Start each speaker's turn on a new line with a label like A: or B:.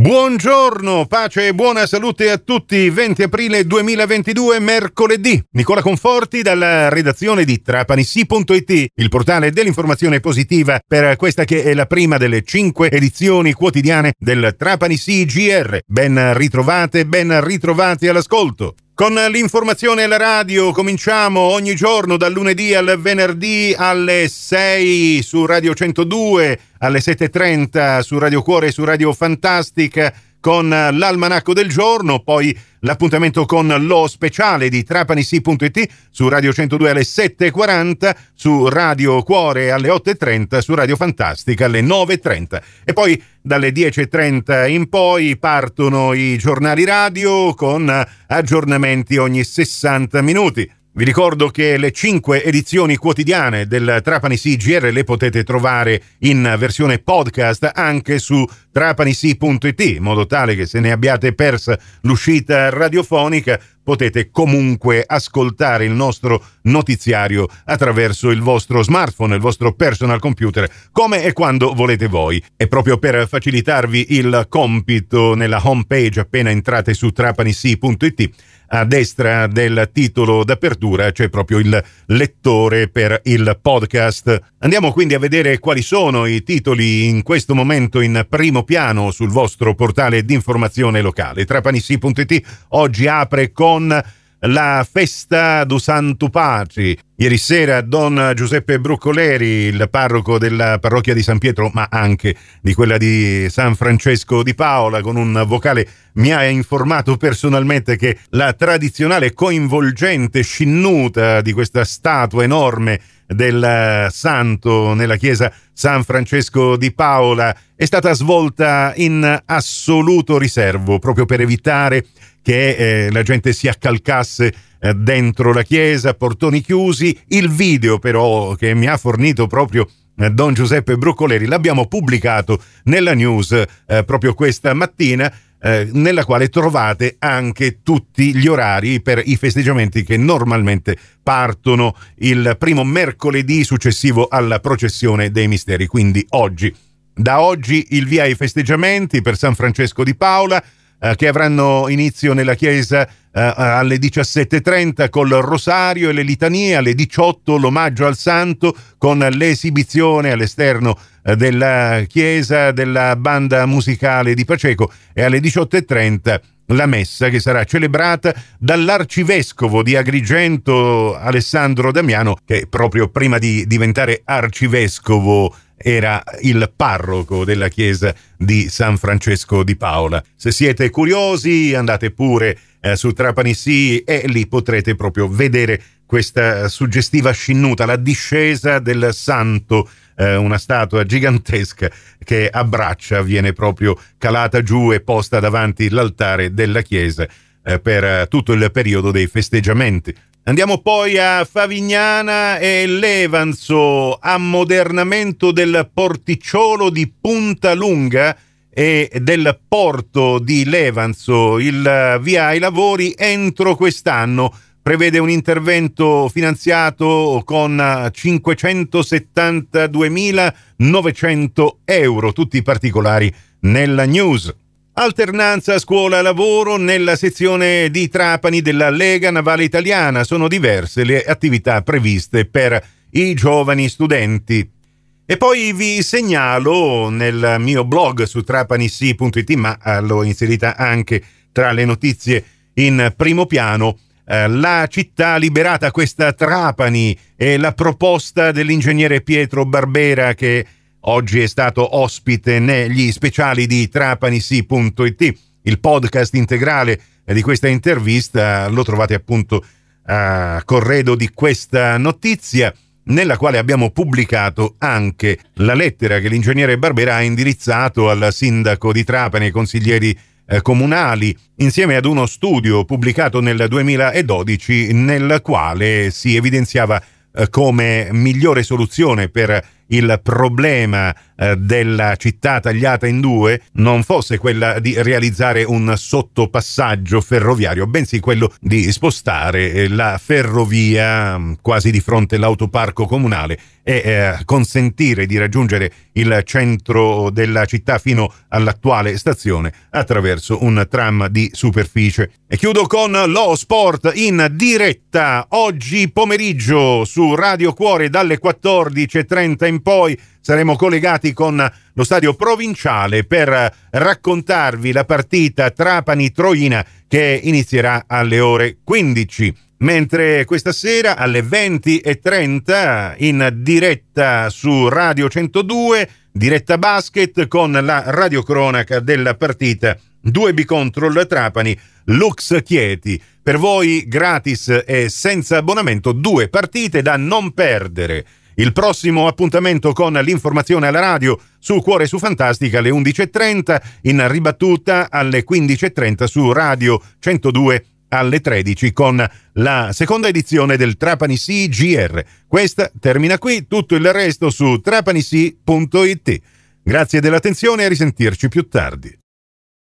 A: Buongiorno, pace e buona salute a tutti. 20 aprile 2022, mercoledì. Nicola Conforti dalla redazione di TrapaniSì.it, il portale dell'informazione positiva per questa che è la prima delle 5 edizioni quotidiane del Trapani Sì GR. Ben ritrovate, ben ritrovati all'ascolto. Con l'informazione alla radio cominciamo ogni giorno dal lunedì al venerdì alle 6 su Radio 102, alle 7.30 su Radio Cuore e su Radio Fantastica con l'almanacco del giorno, poi l'appuntamento con lo speciale di TrapaniSì.it su Radio 102 alle 7.40, su Radio Cuore alle 8.30, su Radio Fantastica alle 9.30 e poi dalle 10.30 in poi partono i giornali radio con aggiornamenti ogni 60 minuti. Vi ricordo che le 5 edizioni quotidiane del Trapani Sì GR le potete trovare in versione podcast anche su TrapaniSì.it, in modo tale che se ne abbiate persa l'uscita radiofonica potete comunque ascoltare il nostro notiziario attraverso il vostro smartphone, il vostro personal computer, come e quando volete voi. E proprio per facilitarvi il compito, nella homepage appena entrate su TrapaniSì.it, a destra del titolo d'apertura c'è proprio il lettore per il podcast. Andiamo quindi a vedere quali sono i titoli in questo momento in primo piano sul vostro portale di informazione locale. TrapaniSì.it oggi apre con la festa do Santo Patri. Ieri sera Don Giuseppe Bruccoleri, il parroco della parrocchia di San Pietro, ma anche di quella di San Francesco di Paola, con un vocale mi ha informato personalmente che la tradizionale coinvolgente scinnuta di questa statua enorme del santo nella chiesa San Francesco di Paola è stata svolta in assoluto riservo, proprio per evitare che la gente si accalcasse dentro la chiesa, portoni chiusi. Il video però che mi ha fornito proprio Don Giuseppe Bruccoleri l'abbiamo pubblicato nella news proprio questa mattina, nella quale trovate anche tutti gli orari per i festeggiamenti che normalmente partono il primo mercoledì successivo alla processione dei misteri, quindi oggi. Da oggi il via ai festeggiamenti per San Francesco di Paola, che avranno inizio nella chiesa alle 17.30 col rosario e le litanie, alle 18 l'omaggio al santo con l'esibizione all'esterno della chiesa della banda musicale di Paceco e alle 18.30 la messa che sarà celebrata dall'arcivescovo di Agrigento Alessandro Damiano, che proprio prima di diventare arcivescovo era il parroco della chiesa di San Francesco di Paola. Se siete curiosi andate pure su Trapani Sì e lì potrete proprio vedere questa suggestiva scinnuta, la discesa del santo, una statua gigantesca che abbraccia, viene proprio calata giù e posta davanti l'altare della chiesa per tutto il periodo dei festeggiamenti. Andiamo poi a Favignana e Levanzo, ammodernamento del porticciolo di Puntalunga e del porto di Levanzo. Il via ai lavori entro quest'anno prevede un intervento finanziato con 572.900 euro, tutti i particolari nella news. Alternanza scuola-lavoro nella sezione di Trapani della Lega Navale Italiana. Sono diverse le attività previste per i giovani studenti. E poi vi segnalo nel mio blog su TrapaniSì.it, ma l'ho inserita anche tra le notizie in primo piano, la città liberata, questa Trapani, e la proposta dell'ingegnere Pietro Barbera, che oggi è stato ospite negli speciali di TrapaniSì.it. Il podcast integrale di questa intervista lo trovate appunto a corredo di questa notizia, nella quale abbiamo pubblicato anche la lettera che l'ingegnere Barbera ha indirizzato al sindaco di Trapani e ai consiglieri comunali, insieme ad uno studio pubblicato nel 2012 nel quale si evidenziava come migliore soluzione per il problema della città tagliata in due non fosse quella di realizzare un sottopassaggio ferroviario, bensì quello di spostare la ferrovia quasi di fronte all'autoparco comunale e consentire di raggiungere il centro della città fino all'attuale stazione attraverso un tram di superficie. E chiudo con lo sport in diretta oggi pomeriggio su Radio Cuore dalle 14:30 in poi. Saremo collegati con lo stadio provinciale per raccontarvi la partita Trapani-Troina che inizierà alle ore 15. Mentre questa sera alle 20:30 in diretta su Radio 102, diretta basket con la radiocronaca della partita 2B contro il Trapani Lux Chieti. Per voi gratis e senza abbonamento, 2 partite da non perdere. Il prossimo appuntamento con l'informazione alla radio su Cuore su Fantastica alle 11:30, in ribattuta alle 15:30 su Radio 102 alle 13 con la seconda edizione del Trapani CGR. Questa termina qui, tutto il resto su trapanisi.it. Grazie dell'attenzione e a risentirci più tardi.